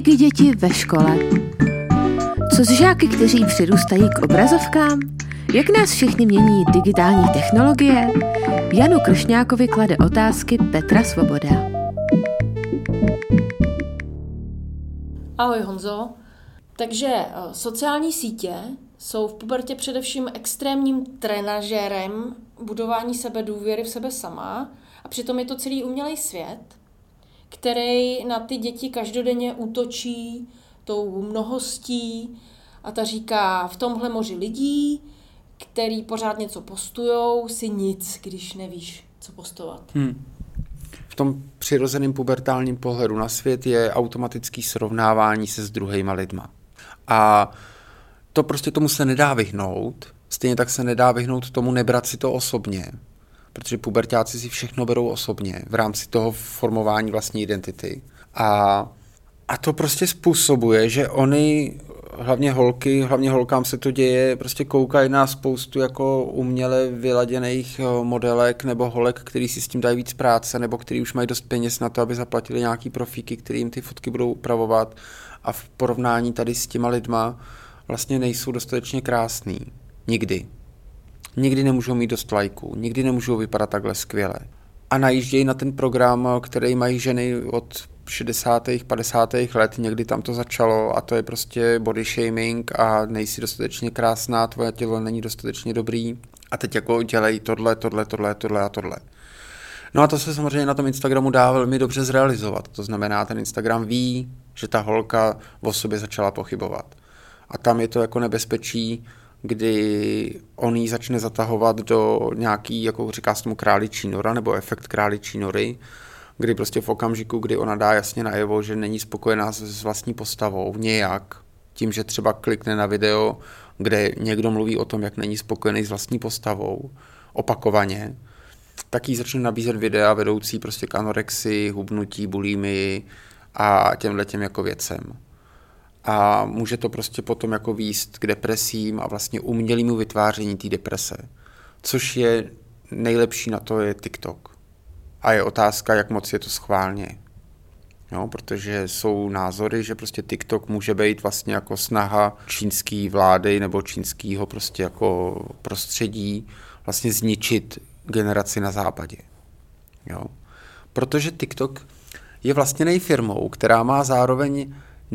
Digi-děti ve škole. Co s žáky, kteří přirůstají k obrazovkám? Jak nás všichni mění digitální technologie? Janu Kršňákovi klade otázky Petra Svoboda. Ahoj Honzo. Takže sociální sítě jsou v pubertě především extrémním trenažérem budování sebedůvěry v sebe sama a přitom je to celý umělej svět, který na ty děti každodenně útočí tou mnohostí a ta říká v tomhle moři lidí, který pořád něco postujou, si nic, když nevíš, co postovat. V tom přirozeném pubertálním pohledu na svět je automatický srovnávání se s druhýma lidma. A to prostě tomu se nedá vyhnout. Stejně tak se nedá vyhnout tomu nebrat si to osobně. Protože puberťáci si všechno berou osobně v rámci toho formování vlastní identity. A to prostě způsobuje, že oni, hlavně holkám se to děje, prostě koukají na spoustu jako uměle vyladěných modelek nebo holek, který si s tím dají víc práce, nebo který už mají dost peněz na to, aby zaplatili nějaký profíky, který jim ty fotky budou upravovat a v porovnání tady s těma lidma vlastně nejsou dostatečně krásný. Nikdy. Nikdy nemůžou mít dost lajků, nikdy nemůžou vypadat takhle skvěle. A najíždějí na ten program, který mají ženy od 60. 50. let, někdy tam to začalo a to je prostě body shaming a nejsi dostatečně krásná, tvoje tělo není dostatečně dobrý a teď jako dělej tohle a tohle. No a to se samozřejmě na tom Instagramu dá velmi dobře zrealizovat. To znamená, ten Instagram ví, že ta holka o sobě začala pochybovat. A tam je to jako nebezpečí, kdy on jí začne zatahovat do nějaký, jako říká se tomu králičí nora, nebo efekt králičí nory, kdy prostě v okamžiku, kdy ona dá jasně najevo, že není spokojená s vlastní postavou nějak, tím, že třeba klikne na video, kde někdo mluví o tom, jak není spokojený s vlastní postavou, opakovaně, tak jí začne nabízet videa vedoucí prostě k anorexii, hubnutí, bulimii a těmhletěm jako věcem. A může to prostě potom jako vést k depresím a vlastně umělému vytváření té deprese. Což je nejlepší na to je TikTok. A je otázka, jak moc je to schválně. No, protože jsou názory, že prostě TikTok může být vlastně jako snaha čínské vlády nebo čínského prostě jako prostředí vlastně zničit generaci na západě. Jo. Protože TikTok je vlastněnej firmou, která má zároveň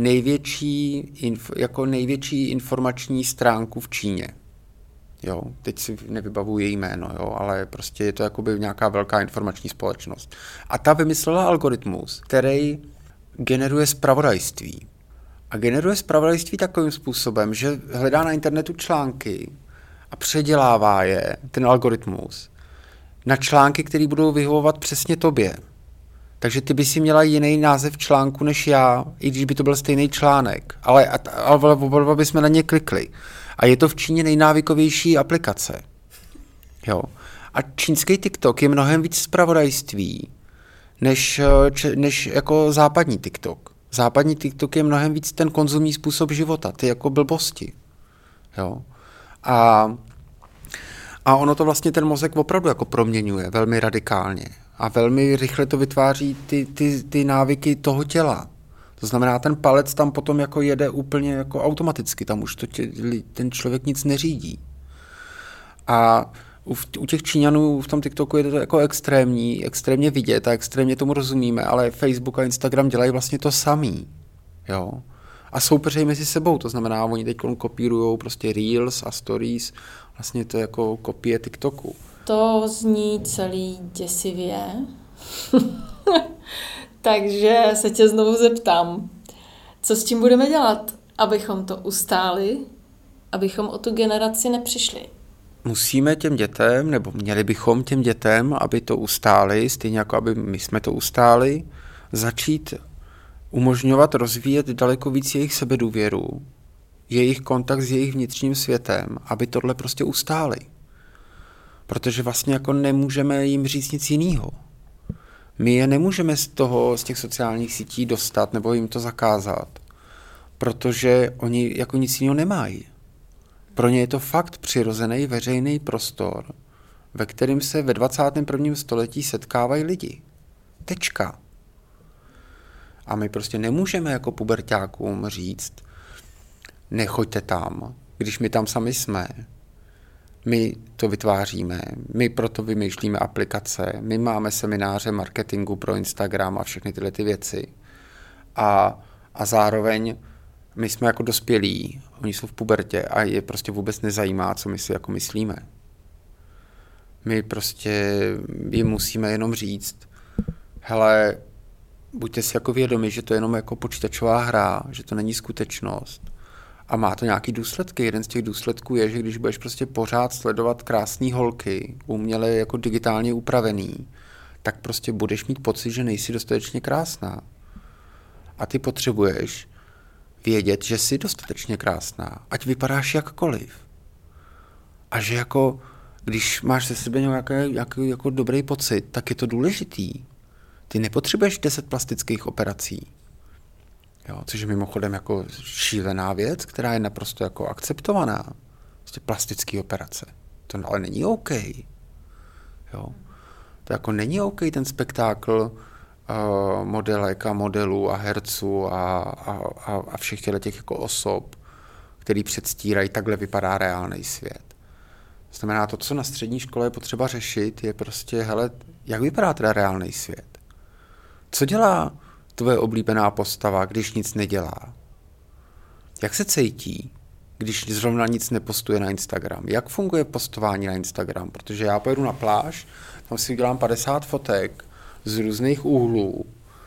největší informační stránku v Číně. Jo, teď si nevybavuji její jméno, jo, ale prostě je to jakoby nějaká velká informační společnost. A ta vymyslela algoritmus, který generuje zpravodajství. A generuje zpravodajství takovým způsobem, že hledá na internetu články a předělává je, ten algoritmus, na články, které budou vyhovovat přesně tobě. Takže ty by si měla jiný název článku než já, i když by to byl stejný článek. Ale oba bychom na ně klikli. A je to v Číně nejnávykovější aplikace. Jo. A čínský TikTok je mnohem víc zpravodajství, než jako západní TikTok. Západní TikTok je mnohem víc ten konzumní způsob života, ty jako blbosti. Jo. A ono to vlastně ten mozek opravdu jako proměňuje velmi radikálně. A velmi rychle to vytváří ty návyky toho těla. To znamená, ten palec tam potom jako jede úplně jako automaticky, tam už ten člověk nic neřídí. A u těch Číňanů v tom TikToku je to jako extrémně vidět a extrémně tomu rozumíme, ale Facebook a Instagram dělají vlastně to samý. Jo? A soupeřejí mezi sebou, to znamená, oni teď kopírujou prostě Reels a Stories, vlastně to jako kopie TikToku. To zní celý děsivě. Takže se tě znovu zeptám, co s tím budeme dělat, abychom to ustáli, abychom o tu generaci nepřišli? Musíme těm dětem, nebo měli bychom těm dětem, aby to ustáli, stejně jako aby my jsme to ustáli, začít umožňovat rozvíjet daleko víc jejich sebedůvěru, jejich kontakt s jejich vnitřním světem, aby tohle prostě ustáli. Protože vlastně jako nemůžeme jim říct nic jiného. My je nemůžeme z těch sociálních sítí dostat nebo jim to zakázat, protože oni jako nic jiného nemají. Pro ně je to fakt přirozený veřejný prostor, ve kterém se ve 21. století setkávají lidi. Tečka. A my prostě nemůžeme jako puberťákům říct, nechoďte tam, když my tam sami jsme. My to vytváříme, my proto vymýšlíme aplikace, my máme semináře marketingu pro Instagram a všechny tyhle ty věci. A zároveň my jsme jako dospělí, oni jsou v pubertě a je prostě vůbec nezajímá, co my si jako myslíme. My prostě jim musíme jenom říct, hele, buďte si jako vědomi, že to je jenom jako počítačová hra, že to není skutečnost. A má to nějaký důsledky. Jeden z těch důsledků je, že když budeš prostě pořád sledovat krásné holky, uměle jako digitálně upravený, tak prostě budeš mít pocit, že nejsi dostatečně krásná. A ty potřebuješ vědět, že jsi dostatečně krásná, ať vypadáš jakkoliv. A že jako, když máš ze sebe nějaký jako dobrý pocit, tak je to důležitý. Ty nepotřebuješ 10 plastických operací. Jo, což je mimochodem jako šílená věc, která je naprosto jako akceptovaná. Prostě plastické operace. To ale není OK. Jo. To jako není OK ten spektákl modelek a modelů a herců a všech těch jako osob, který předstírají, takhle vypadá reálný svět. To znamená, to, co na střední škole je potřeba řešit, je prostě, hele, jak vypadá teda reálný svět? Co dělá tvoje oblíbená postava, když nic nedělá? Jak se cítí, když zrovna nic nepostuje na Instagram? Jak funguje postování na Instagram? Protože já pojedu na pláž, tam si udělám 50 fotek z různých úhlů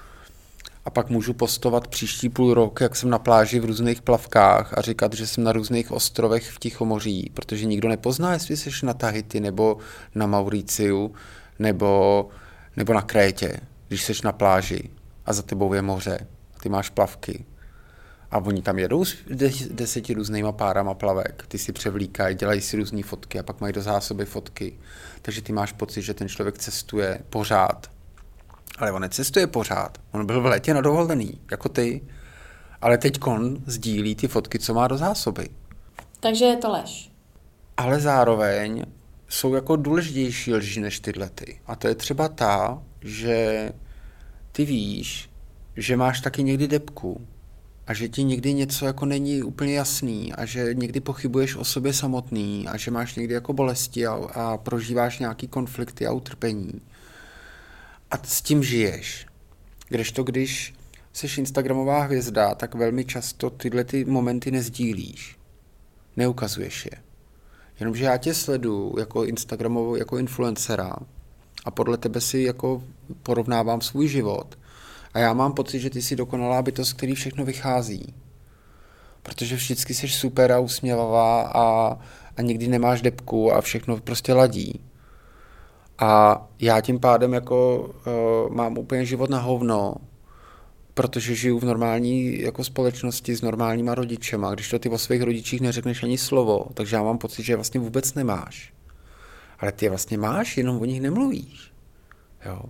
a pak můžu postovat příští půl rok, jak jsem na pláži v různých plavkách a říkat, že jsem na různých ostrovech v Tichomoří, protože nikdo nepozná, jestli jsi na Tahiti nebo na Mauriciu nebo na Krétě, když jsi na pláži a za tebou je moře a ty máš plavky. A oni tam jedou s 10 různýma párama plavek, ty si převlíkají, dělají si různý fotky a pak mají do zásoby fotky. Takže ty máš pocit, že ten člověk cestuje pořád. Ale on necestuje pořád. On byl v létě na dovolený, jako ty. Ale teďkon sdílí ty fotky, co má do zásoby. Takže je to lež. Ale zároveň jsou jako důležitější lži než tyhle ty. A to je třeba ta, že ty víš, že máš taky někdy depku a že ti někdy něco jako není úplně jasný a že někdy pochybuješ o sobě samotný a že máš někdy jako bolesti a prožíváš nějaký konflikty a utrpení. A s tím žiješ. Kdežto, když jsi instagramová hvězda, tak velmi často tyhle ty momenty nezdílíš. Neukazuješ je. Jenomže já tě sleduju jako instagramovou, jako influencera a podle tebe si jako porovnávám svůj život. A já mám pocit, že ty jsi dokonalá bytost, který všechno vychází. Protože vždycky jsi super a usměvavá a nikdy nemáš depku a všechno prostě ladí. A já tím pádem jako mám úplně život na hovno, protože žiju v normální jako společnosti s normálníma rodičema, když to ty o svých rodičích neřekneš ani slovo, takže já mám pocit, že je vlastně vůbec nemáš. Ale ty je vlastně máš, jenom o nich nemluvíš. Jo.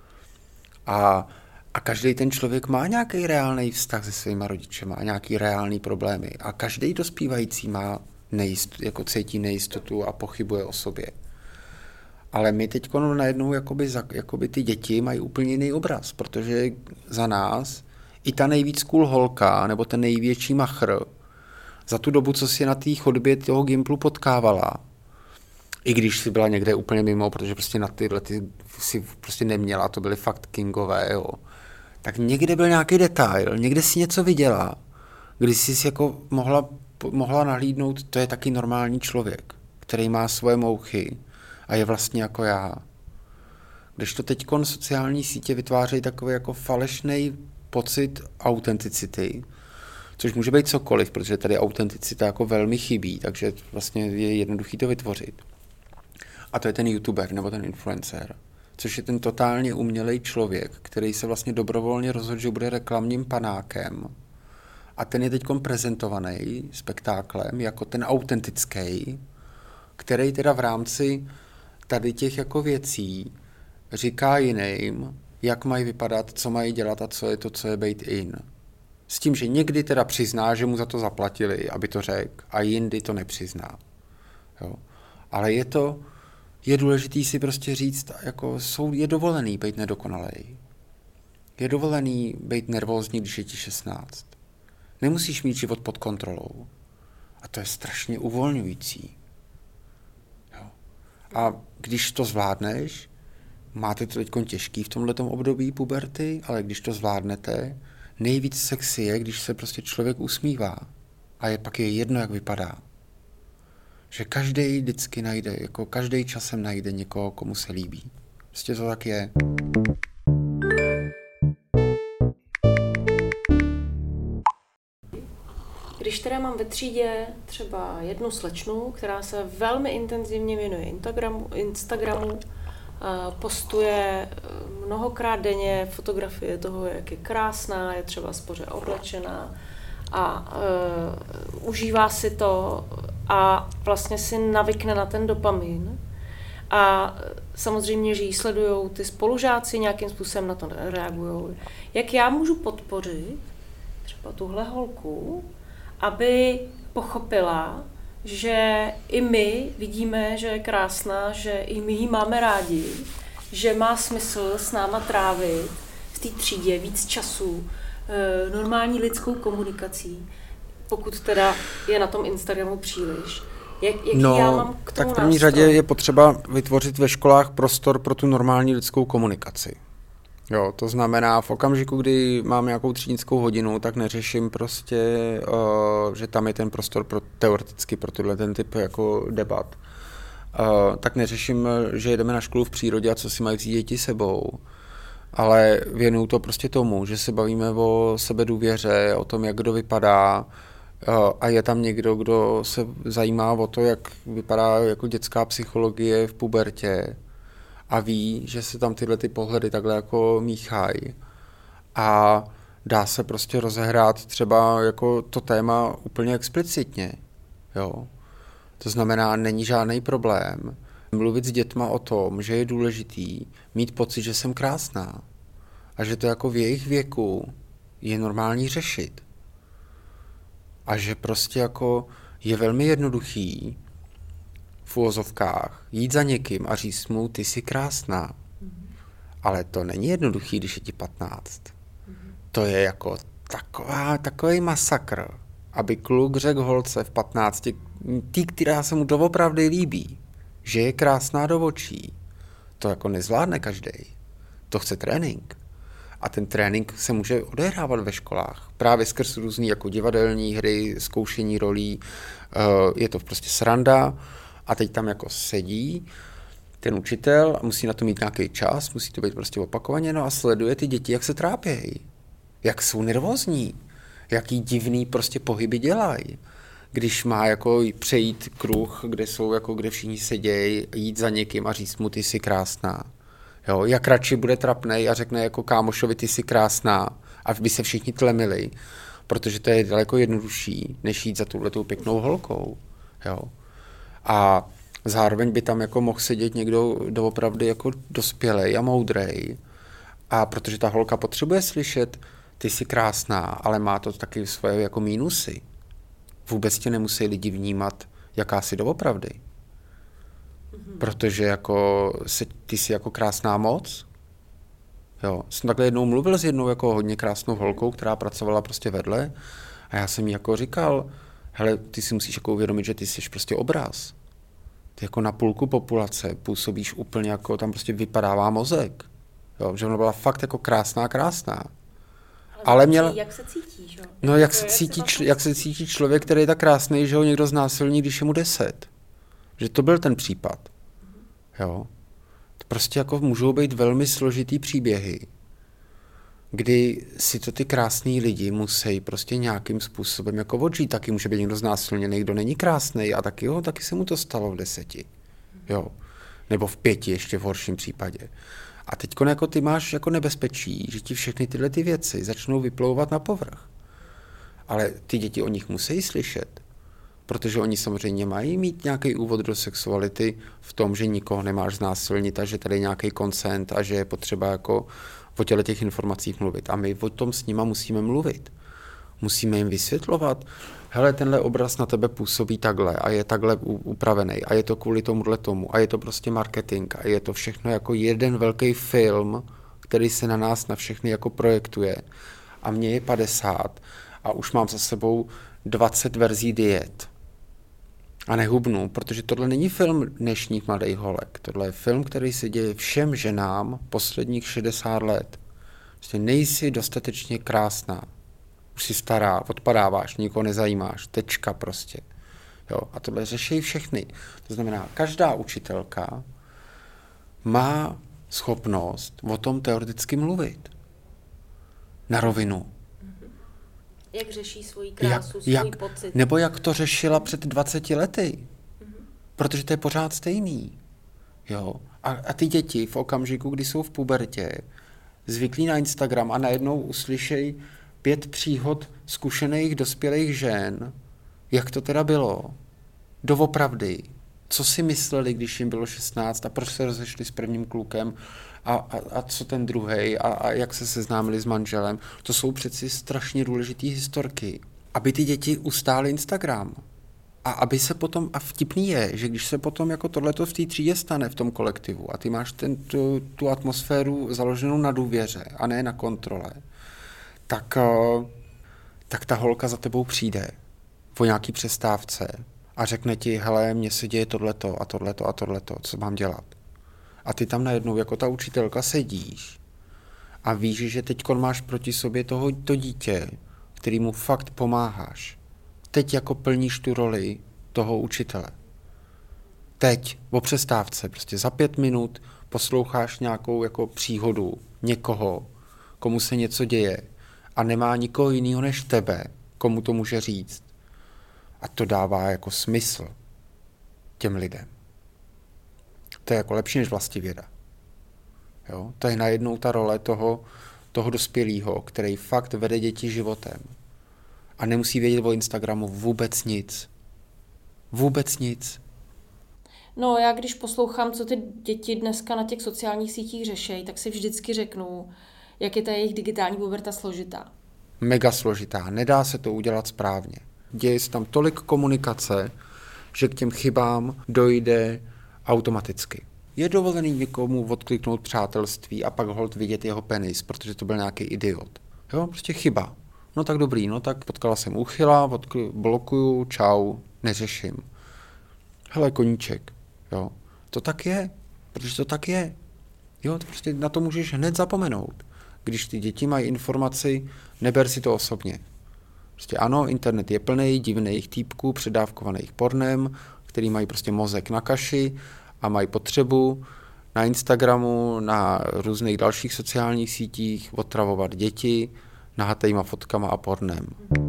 A každý ten člověk má nějaký reálný vztah se svýma rodičema a nějaký reálný problémy. A každý dospívající má jako cítí nejistotu a pochybuje o sobě. Ale my teď najednou jakoby ty děti mají úplně jiný obraz, protože za nás i ta nejvíc cool holka nebo ten největší machr za tu dobu, co si na té chodbě toho Gimplu potkávala, i když si byla někde úplně mimo, protože prostě na tyhle ty si prostě neměla, to byly fakt kingové, jo, tak někde byl nějaký detail, někde si něco viděla, kdy jsi jako mohla nahlídnout, to je taky normální člověk, který má svoje mouchy a je vlastně jako já. Když to teďkon sociální sítě vytvářejí takový jako falešný pocit autenticity, což může být cokoliv, protože tady autenticita jako velmi chybí, takže vlastně je jednoduchý to vytvořit. A to je ten youtuber nebo ten influencer, což je ten totálně umělej člověk, který se vlastně dobrovolně rozhodl, že bude reklamním panákem. A ten je teďkon prezentovaný spektáklem jako ten autentický, který teda v rámci tady těch jako věcí říká jiným, jak mají vypadat, co mají dělat a co je to, co je být in. S tím, že někdy teda přizná, že mu za to zaplatili, aby to řekl, a jindy to nepřizná. Jo. Ale je důležitý si prostě říct, jako je dovolený být nedokonalej. Je dovolený být nervózní, když je ti 16. Nemusíš mít život pod kontrolou. A to je strašně uvolňující. Jo. A když to zvládneš, máte to teď těžký v tomhletom období puberty, ale když to zvládnete, nejvíc sexy je, když se prostě člověk usmívá. A pak je jedno, jak vypadá. Že každý vždycky najde, jako každý časem najde někoho, komu se líbí. Prostě to tak je. Když teda mám ve třídě třeba jednu slečnu, která se velmi intenzivně věnuje Instagramu, postuje mnohokrát denně fotografie toho, jak je krásná, je třeba spoře oblečená a užívá si to a vlastně si navykne na ten dopamin. A samozřejmě, že ji sledujou ty spolužáci, nějakým způsobem na to reagují. Jak já můžu podpořit třeba tuhle holku, aby pochopila, že i my vidíme, že je krásná, že i my ji máme rádi, že má smysl s náma trávit v té třídě víc času, normální lidskou komunikací, pokud teda je na tom Instagramu příliš. Jaký já mám k tomu tak v první řadě je potřeba vytvořit ve školách prostor pro tu normální lidskou komunikaci. Jo, to znamená, v okamžiku, kdy mám nějakou třídnickou hodinu, tak neřeším prostě, že tam je ten prostor teoreticky pro ten typ jako debat. Tak neřeším, že jedeme na školu v přírodě a co si mají vzít děti sebou. Ale věnuju to prostě tomu, že se bavíme o sebedůvěře, o tom, jak kdo vypadá, a je tam někdo, kdo se zajímá o to, jak vypadá jako dětská psychologie v pubertě a ví, že se tam tyhle ty pohledy takhle jako míchají a dá se prostě rozehrát třeba jako to téma úplně explicitně. Jo. To znamená, není žádný problém mluvit s dětma o tom, že je důležitý mít pocit, že jsem krásná a že to jako v jejich věku je normální řešit. A že prostě jako je velmi jednoduchý v uvozovkách jít za někým a říct mu, ty jsi krásná. Ale to není jednoduchý, když je ti 15. To je jako takový masakr, aby kluk řekl holce v 15, která se mu doopravdy líbí, že je krásná do očí. To jako nezvládne každý. To chce trénink. A ten trénink se může odehrávat ve školách. Právě skrz různý jako divadelní hry, zkoušení rolí. Je to prostě sranda. A teď tam jako sedí ten učitel a musí na to mít nějaký čas, musí to být prostě opakovaně, no a sleduje ty děti, jak se trápějí. Jak jsou nervózní. Jaký divný prostě pohyby dělají. Když má jako přejít kruh, kde všichni sedějí, jít za někým a říct mu, ty jsi krásná. Jo, jak radši bude trapnej a řekne jako kámošovi, ty jsi krásná, a by se všichni tlemili, protože to je daleko jednodušší, než jít za tuhletou pěknou holkou. Jo. A zároveň by tam jako mohl sedět někdo doopravdy jako dospělej a moudrej. A protože ta holka potřebuje slyšet, ty jsi krásná, ale má to taky svoje jako mínusy. Vůbec tě nemusí lidi vnímat, jaká jsi doopravdy. Protože jako ty jsi jako krásná moc. Jo. Jsem takhle jednou mluvil s jednou jako hodně krásnou holkou, která pracovala prostě vedle, a já jsem jí jako říkal, hele, ty si musíš jako uvědomit, že ty jsi prostě obraz. Ty jako na půlku populace působíš úplně jako, tam prostě vypadává mozek. Jo, že ona byla fakt jako krásná. Ale měla... Jak se cítíš, jo? No, jak se cítí člověk, který je tak krásný, že ho někdo znásilní, když je mu 10. Že to byl ten případ. Jo. Prostě jako můžou být velmi složitý příběhy, kdy si to ty krásný lidi musí prostě nějakým způsobem jako odžít. Taky může být někdo znásilněný, kdo není krásný, a taky se mu to stalo v 10. Jo. Nebo v 5 ještě v horším případě. A teď jako ty máš jako nebezpečí, že ti všechny tyhle ty věci začnou vyplouvat na povrch. Ale ty děti o nich musí slyšet. Protože oni samozřejmě mají mít nějaký úvod do sexuality v tom, že nikoho nemáš znásilnit a že tady je nějaký consent a že je potřeba jako o těch informacích mluvit. A my o tom s nima musíme mluvit. Musíme jim vysvětlovat, hele, tenhle obraz na tebe působí takhle a je takhle upravený a je to kvůli tomu a je to prostě marketing a je to všechno jako jeden velký film, který se na nás, na všechny jako projektuje. A mně je 50 a už mám za sebou 20 verzí diet. A nehubnu, protože tohle není film dnešních mladých holek. Tohle je film, který se děje všem ženám posledních 60 let. Prostě nejsi dostatečně krásná. Už jsi stará, odpadáváš, nikoho nezajímáš, tečka prostě. Jo, a tohle řeší všechny. To znamená, každá učitelka má schopnost o tom teoreticky mluvit. Na rovinu. Jak řeší svoji krásu, svůj pocit. Nebo jak to řešila před 20 lety. Protože to je pořád stejný. Jo? A ty děti v okamžiku, kdy jsou v pubertě, zvyklí na Instagram a najednou uslyšejí 5 příhod zkušených dospělých žen, jak to teda bylo, doopravdy, co si mysleli, když jim bylo 16 a proč se rozešli s prvním klukem a co ten druhej a jak se seznámili s manželem. To jsou přeci strašně důležitý historky, aby ty děti ustály Instagram. A aby se potom, a vtipný je, že když se potom jako tohleto v té třídě stane v tom kolektivu a ty máš tu atmosféru založenou na důvěře a ne na kontrole, tak ta holka za tebou přijde po nějaký přestávce a řekne ti, hele, mně se děje tohleto a tohleto a tohleto, co mám dělat. A ty tam najednou jako ta učitelka sedíš a víš, že teďkon máš proti sobě to dítě, kterému fakt pomáháš. Teď jako plníš tu roli toho učitele. Teď, o přestávce, prostě za 5 minut posloucháš nějakou jako příhodu někoho, komu se něco děje a nemá nikoho jiného než tebe, komu to může říct. A to dává jako smysl těm lidem. To je jako lepší než vlastivěda. Jo? To je najednou ta role toho dospělého, který fakt vede děti životem. A nemusí vědět o Instagramu vůbec nic. Vůbec nic. No já když poslouchám, co ty děti dneska na těch sociálních sítích řešejí, tak si vždycky řeknu, jak je ta jejich digitální puberta složitá. Mega složitá. Nedá se to udělat správně. Děje se tam tolik komunikace, že k těm chybám dojde automaticky. Je dovolený někomu odkliknout přátelství a pak holt vidět jeho penis, protože to byl nějaký idiot. Jo, prostě chyba. No tak dobrý, no tak potkala jsem úchyla, blokuju, čau, neřeším. Hele, koníček, jo. To tak je, protože to tak je. Jo, to prostě na to můžeš hned zapomenout. Když ty děti mají informaci, neber si to osobně. Prostě ano, internet je plný divných týpků, předávkovaných pornem, který mají prostě mozek na kaši a mají potřebu na Instagramu, na různých dalších sociálních sítích otravovat děti nahatejma fotkama a pornem.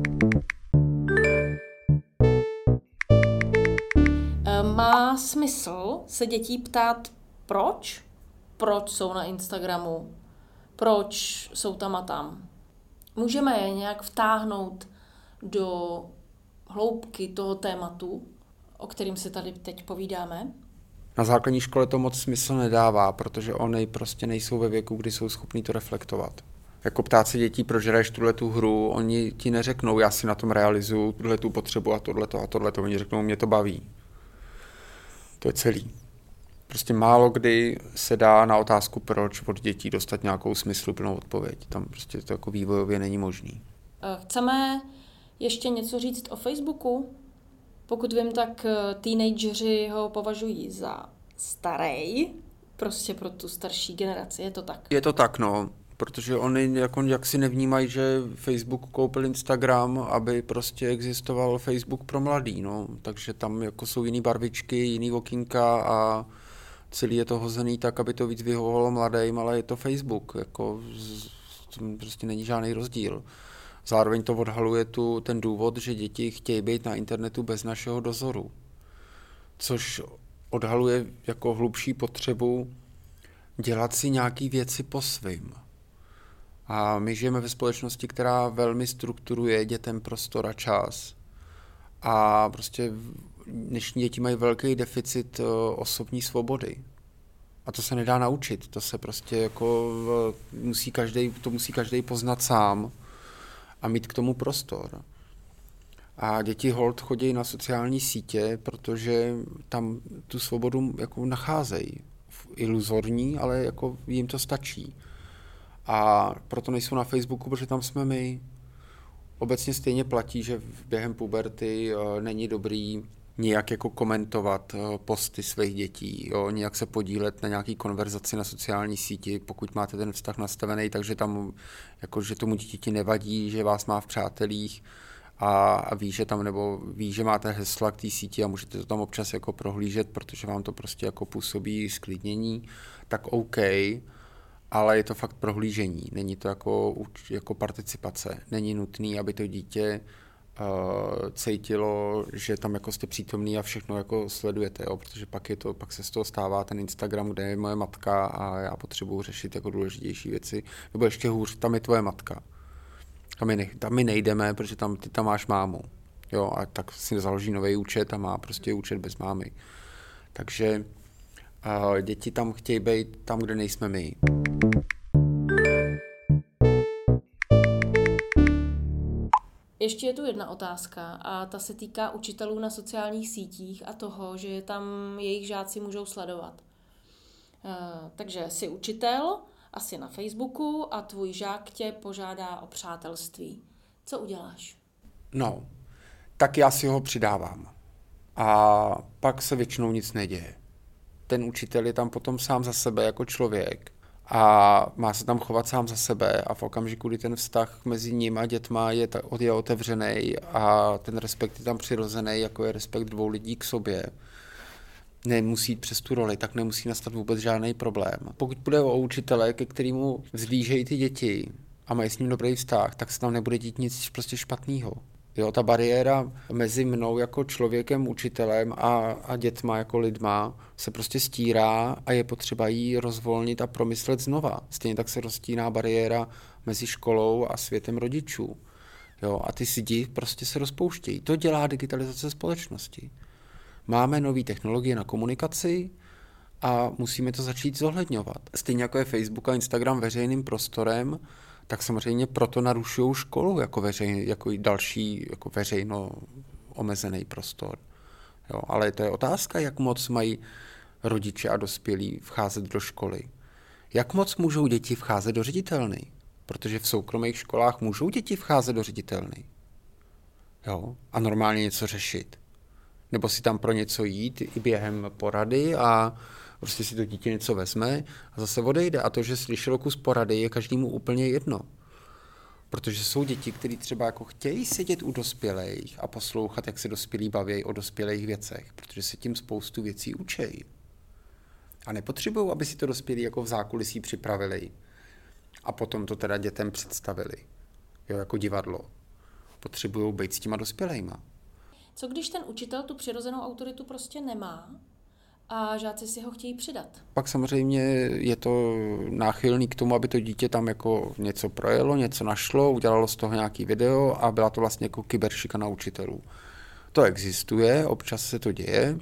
Má smysl se dětí ptát proč? Proč jsou na Instagramu? Proč jsou tam a tam? Můžeme je nějak vtáhnout do hloubky toho tématu, o kterým si tady teď povídáme? Na základní škole to moc smysl nedává, protože oni prostě nejsou ve věku, kdy jsou schopní to reflektovat. Jako ptát se dětí, proč hraješ tuhletu hru, oni ti neřeknou, já si na tom realizuju tuhletu potřebu a tohleto. Oni řeknou, mě to baví. To je celý. Prostě málo kdy se dá na otázku proč od dětí dostat nějakou smysluplnou odpověď. Tam prostě to jako vývojově není možný. Chceme ještě něco říct o Facebooku? Pokud vím, tak teenageři ho považují za starý, prostě pro tu starší generaci, je to tak? Je to tak, no, protože oni jak si nevnímají, že Facebook koupil Instagram, aby prostě existoval Facebook pro mladý, no, takže tam jako jsou jiný barvičky, jiný okýnka a celý je to hozený tak, aby to víc vyhovovalo mladým, ale je to Facebook, jako prostě není žádný rozdíl. Zároveň to odhaluje ten důvod, že děti chtějí být na internetu bez našeho dozoru, což odhaluje jako hlubší potřebu dělat si nějaký věci po svým. A my žijeme ve společnosti, která velmi strukturuje dětem prostor a čas. A prostě dnešní děti mají velký deficit osobní svobody. A to se nedá naučit, to se prostě jako musí každý poznat sám a mít k tomu prostor. A děti holt chodí na sociální sítě, protože tam tu svobodu jako nacházejí. Iluzorní, ale jako jim to stačí. A proto nejsou na Facebooku, protože tam jsme my. Obecně stejně platí, že během puberty není dobrý nějak jako komentovat posty svých dětí, jo, nějak se podílet na nějaký konverzaci na sociální síti, pokud máte ten vztah nastavený, takže tam, jako, že tomu dítěti nevadí, že vás má v přátelích a ví, že tam, nebo ví, že máte hesla k té síti a můžete to tam občas jako prohlížet, protože vám to prostě jako působí sklidnění, tak OK, ale je to fakt prohlížení, není to jako participace. Není nutný, aby to dítě cítilo, že tam jako jste přítomný a všechno jako sledujete, jo? Protože pak se z toho stává ten Instagram, kde je moje matka a já potřebuji řešit jako důležitější věci, nebo ještě hůř, tam je tvoje matka. Tam my nejdeme, protože ty tam máš mámu. Jo? A tak si založí nový účet a má prostě účet bez mámy. Takže děti tam chtějí být tam, kde nejsme my. Ještě je tu jedna otázka a ta se týká učitelů na sociálních sítích a toho, že tam jejich žáci můžou sledovat. Takže jsi učitel, asi na Facebooku a tvůj žák tě požádá o přátelství. Co uděláš? No, tak já si ho přidávám. A pak se většinou nic neděje. Ten učitel je tam potom sám za sebe jako člověk a má se tam chovat sám za sebe a v okamžiku, kdy ten vztah mezi ním a dětma je otevřený a ten respekt je tam přirozený, jako je respekt dvou lidí k sobě, nemusí jít přes tu roli, tak nemusí nastat vůbec žádný problém. Pokud bude o učitele, ke kterému vzlížejí ty děti a mají s ním dobrý vztah, tak se tam nebude dít nic prostě špatného. Jo, ta bariéra mezi mnou jako člověkem, učitelem a dětma jako lidma se prostě stírá a je potřeba jí rozvolnit a promyslet znova. Stejně tak se rozstíná bariéra mezi školou a světem rodičů. Jo, a ty zdi prostě se rozpouštějí. To dělá digitalizace společnosti. Máme nové technologie na komunikaci a musíme to začít zohledňovat. Stejně jako je Facebook a Instagram veřejným prostorem, tak samozřejmě proto narušují školu jako další jako veřejno omezený prostor. Jo, ale to je otázka, jak moc mají rodiče a dospělí vcházet do školy. Jak moc můžou děti vcházet do ředitelny? Protože v soukromých školách můžou děti vcházet do ředitelny. Jo, a normálně něco řešit. Nebo si tam pro něco jít i během porady a prostě si to dítě něco vezme a zase odejde. A to, že slyšelo kus porady, je každému úplně jedno. Protože jsou děti, které třeba jako chtějí sedět u dospělých a poslouchat, jak se dospělí baví o dospělých věcech, protože se tím spoustu věcí učejí. A nepotřebují, aby si to dospělí jako v zákulisí připravili a potom to teda dětem představili. Jo, jako divadlo. Potřebují být s těma dospělejma. Co když ten učitel tu přirozenou autoritu prostě nemá a žáci si ho chtějí přidat? Pak samozřejmě je to náchylný k tomu, aby to dítě tam jako něco projelo, něco našlo, udělalo z toho nějaký video a byla to vlastně jako kyberšikana učitelů. To existuje, občas se to děje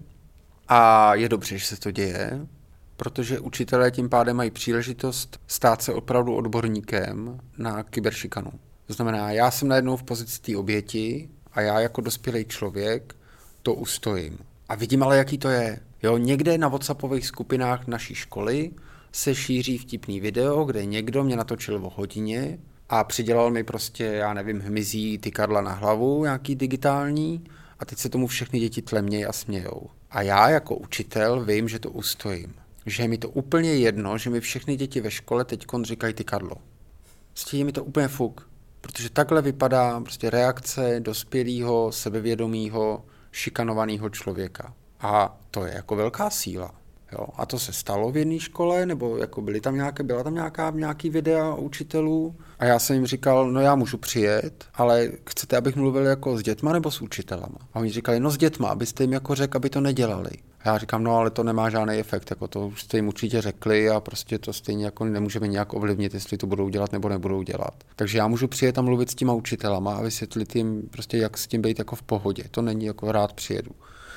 a je dobře, že se to děje, protože učitelé tím pádem mají příležitost stát se opravdu odborníkem na kyberšikanu. To znamená, já jsem najednou v pozici té oběti a já jako dospělý člověk to ustojím. A vidím ale, jaký to je. Jo, někde na WhatsAppových skupinách naší školy se šíří vtipný video, kde někdo mě natočil o hodině a přidělal mi prostě, já nevím, hmyzí tykadla na hlavu, nějaký digitální, a teď se tomu všechny děti tlemnějí a smějou. A já jako učitel vím, že to ustojím. Že je mi to úplně jedno, že mi všechny děti ve škole teďkon říkají tykadlo. Prostě je mi to úplně fuk. Protože takhle vypadá prostě reakce dospělého, sebevědomého, šikanovaného člověka. A to je jako velká síla. Jo? A to se stalo v jedné škole, nebo jako byla tam nějaký videa učitelů. A já jsem jim říkal, no já můžu přijet, ale chcete, abych mluvil jako s dětma nebo s učitelama? A oni říkali, no s dětma, abyste jim jako řekl, aby to nedělali. A já říkám, no ale to nemá žádný efekt, jako to už jste jim určitě řekli a prostě to stejně jako nemůžeme nějak ovlivnit, jestli to budou dělat nebo nebudou dělat. Takže já můžu přijet a mluvit s těma učitelama a vysvětlit jim prostě, jak s tím být jako v pohodě. To není jako rád přijedu.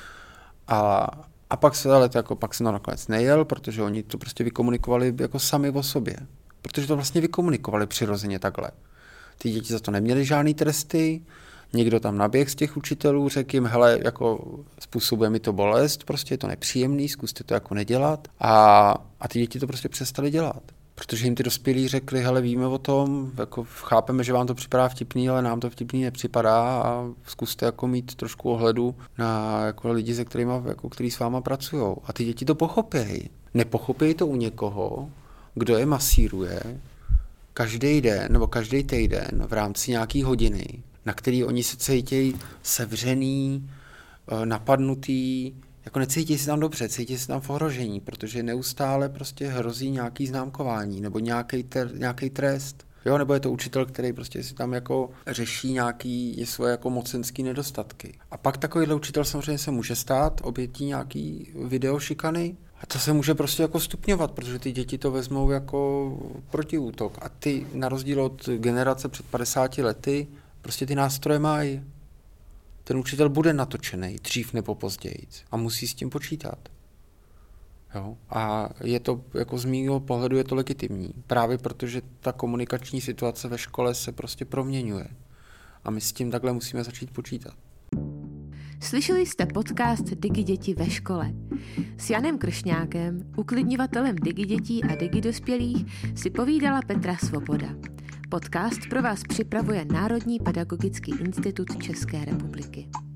A pak jsem nakonec nejel, protože oni to prostě vykomunikovali jako sami o sobě. Protože to vlastně vykomunikovali přirozeně takhle. Ty děti za to neměly žádný tresty, někdo tam naběh z těch učitelů, řekl jim, hele, jako způsobuje mi to bolest, prostě je to nepříjemný, zkuste to jako nedělat. A ty děti to prostě přestali dělat. Protože jim ty dospělí řekli, hele, víme o tom, jako chápeme, že vám to připadá vtipný, ale nám to vtipný nepřipadá a zkuste jako mít trošku ohledu na jako lidi, se kterými, jako, který s váma pracují. A ty děti to pochopějí. Nepochopějí to u někoho, kdo je masíruje každý den nebo každý týden v rámci nějaký hodiny, na který oni se cítějí sevřený, napadnutý, jako necítí se tam dobře, cítí se tam v ohrožení, protože neustále prostě hrozí nějaký známkování nebo nějaký trest. Jo, nebo je to učitel, který prostě si tam jako řeší nějaký svoje jako mocenský nedostatky. A pak takovýhle učitel samozřejmě se může stát obětí nějaký videošikany a to se může prostě jako stupňovat, protože ty děti to vezmou jako protiútok. A ty na rozdíl od generace před 50 lety prostě ty nástroje mají. Ten učitel bude natočený, dřív nebo později a musí s tím počítat. Jo? A je to, jako z mýho pohledu, je to legitimní. Právě protože ta komunikační situace ve škole se prostě proměňuje. A my s tím takhle musíme začít počítat. Slyšeli jste podcast Digi děti ve škole. S Janem Kršňákem, uklidňovatelem Digi dětí a Digi dospělých, si povídala Petra Svoboda. Podcast pro vás připravuje Národní pedagogický institut České republiky.